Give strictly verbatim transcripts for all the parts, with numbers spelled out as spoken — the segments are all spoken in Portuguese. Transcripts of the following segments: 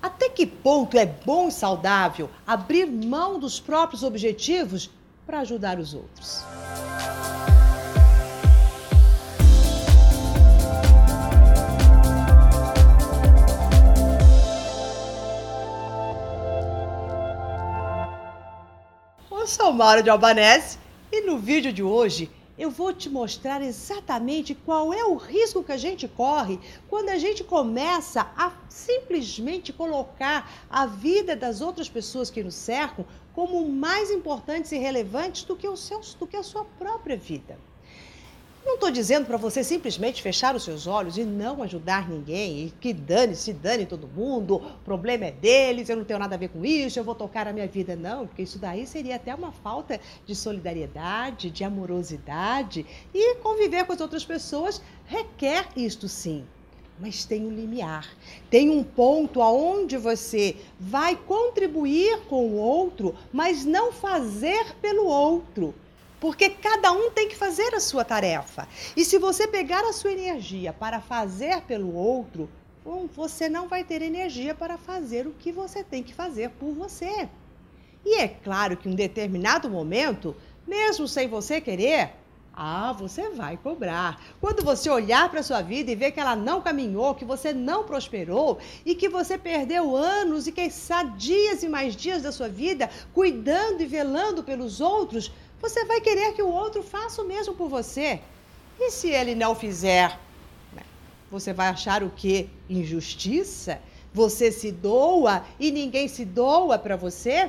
Até que ponto é bom e saudável abrir mão dos próprios objetivos para ajudar os outros? Eu sou Maura de Albanese e no vídeo de hoje eu vou te mostrar exatamente qual é o risco que a gente corre quando a gente começa a simplesmente colocar a vida das outras pessoas que nos cercam como mais importantes e relevantes do que, o seu, do que a sua própria vida. Não estou dizendo para você simplesmente fechar os seus olhos e não ajudar ninguém, e que dane, se dane todo mundo, o problema é deles, eu não tenho nada a ver com isso, eu vou tocar a minha vida. Não, porque isso daí seria até uma falta de solidariedade, de amorosidade, e conviver com as outras pessoas requer isto sim. Mas tem um limiar, tem um ponto aonde você vai contribuir com o outro, mas não fazer pelo outro. Porque cada um tem que fazer a sua tarefa. E se você pegar a sua energia para fazer pelo outro, bom, você não vai ter energia para fazer o que você tem que fazer por você. E é claro que em um determinado momento, mesmo sem você querer, ah, você vai cobrar. Quando você olhar para a sua vida e ver que ela não caminhou, que você não prosperou e que você perdeu anos e, quem sabe, dias e mais dias da sua vida cuidando e velando pelos outros, você vai querer que o outro faça o mesmo por você. E se ele não fizer, você vai achar o quê? Injustiça? Você se doa e ninguém se doa para você?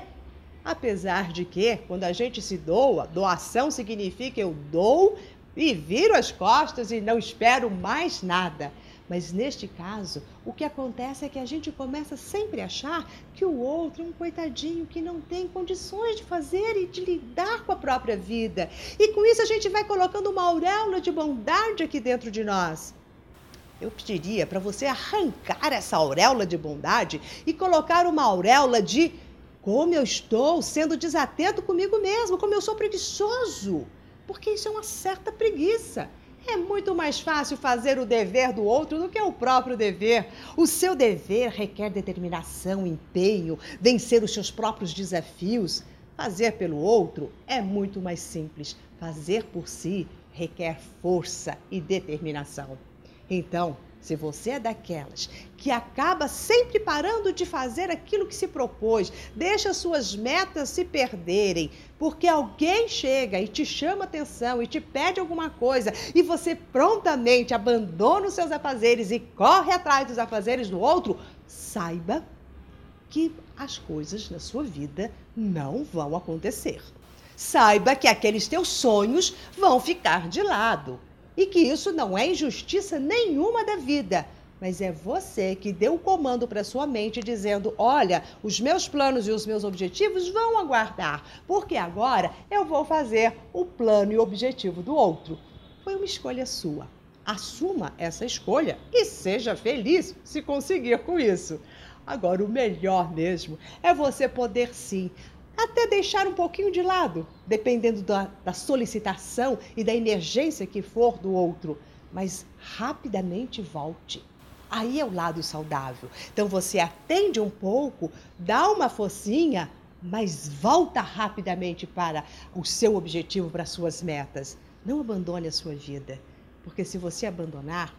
Apesar de que, quando a gente se doa, doação significa eu dou e viro as costas e não espero mais nada. Mas neste caso, o que acontece é que a gente começa sempre a achar que o outro é um coitadinho que não tem condições de fazer e de lidar com a própria vida. E com isso a gente vai colocando uma auréola de bondade aqui dentro de nós. Eu pediria para você arrancar essa auréola de bondade e colocar uma auréola de como eu estou sendo desatento comigo mesmo, como eu sou preguiçoso. Porque isso é uma certa preguiça. É muito mais fácil fazer o dever do outro do que o próprio dever. O seu dever requer determinação, empenho, vencer os seus próprios desafios. Fazer pelo outro é muito mais simples. Fazer por si requer força e determinação. Então, se você é daquelas que acaba sempre parando de fazer aquilo que se propôs, deixa suas metas se perderem, porque alguém chega e te chama atenção e te pede alguma coisa e você prontamente abandona os seus afazeres e corre atrás dos afazeres do outro, saiba que as coisas na sua vida não vão acontecer. Saiba que aqueles teus sonhos vão ficar de lado. E que isso não é injustiça nenhuma da vida, mas é você que deu o comando para sua mente dizendo, olha, os meus planos e os meus objetivos vão aguardar, porque agora eu vou fazer o plano e o objetivo do outro. Foi uma escolha sua. Assuma essa escolha e seja feliz se conseguir com isso. Agora, o melhor mesmo é você poder sim até deixar um pouquinho de lado, dependendo da, da solicitação e da emergência que for do outro, mas rapidamente volte. Aí é o lado saudável. Então você atende um pouco, dá uma forcinha, mas volta rapidamente para o seu objetivo, para as suas metas. Não abandone a sua vida, porque se você abandonar,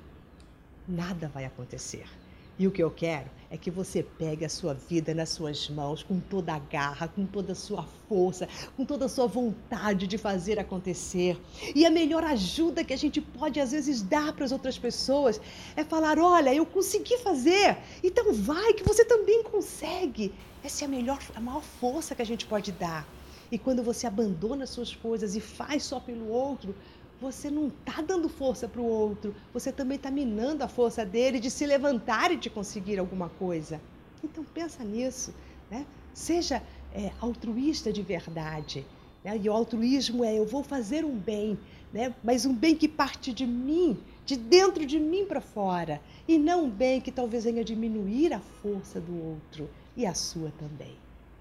nada vai acontecer. E o que eu quero é que você pegue a sua vida nas suas mãos com toda a garra, com toda a sua força, com toda a sua vontade de fazer acontecer. E a melhor ajuda que a gente pode às vezes dar para as outras pessoas é falar, olha, eu consegui fazer, então vai que você também consegue. Essa é a melhor, a maior força que a gente pode dar. E quando você abandona as suas coisas e faz só pelo outro, você não está dando força para o outro, você também está minando a força dele de se levantar e de conseguir alguma coisa. Então pensa nisso, né? Seja é, altruísta de verdade. Né? E o altruísmo é eu vou fazer um bem, né? Mas um bem que parte de mim, de dentro de mim para fora, e não um bem que talvez venha diminuir a força do outro e a sua também.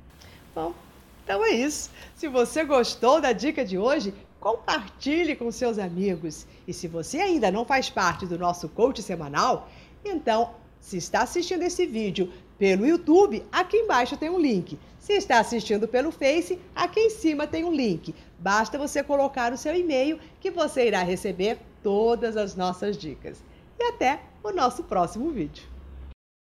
Bom, então é isso. Se você gostou da dica de hoje, compartilhe com seus amigos. E se você ainda não faz parte do nosso coach semanal, então, se está assistindo esse vídeo Pelo YouTube, aqui embaixo tem um link. Se está assistindo pelo Face, aqui em cima tem um link. Basta você colocar o seu e-mail que você irá receber todas as nossas dicas. E até o nosso próximo vídeo.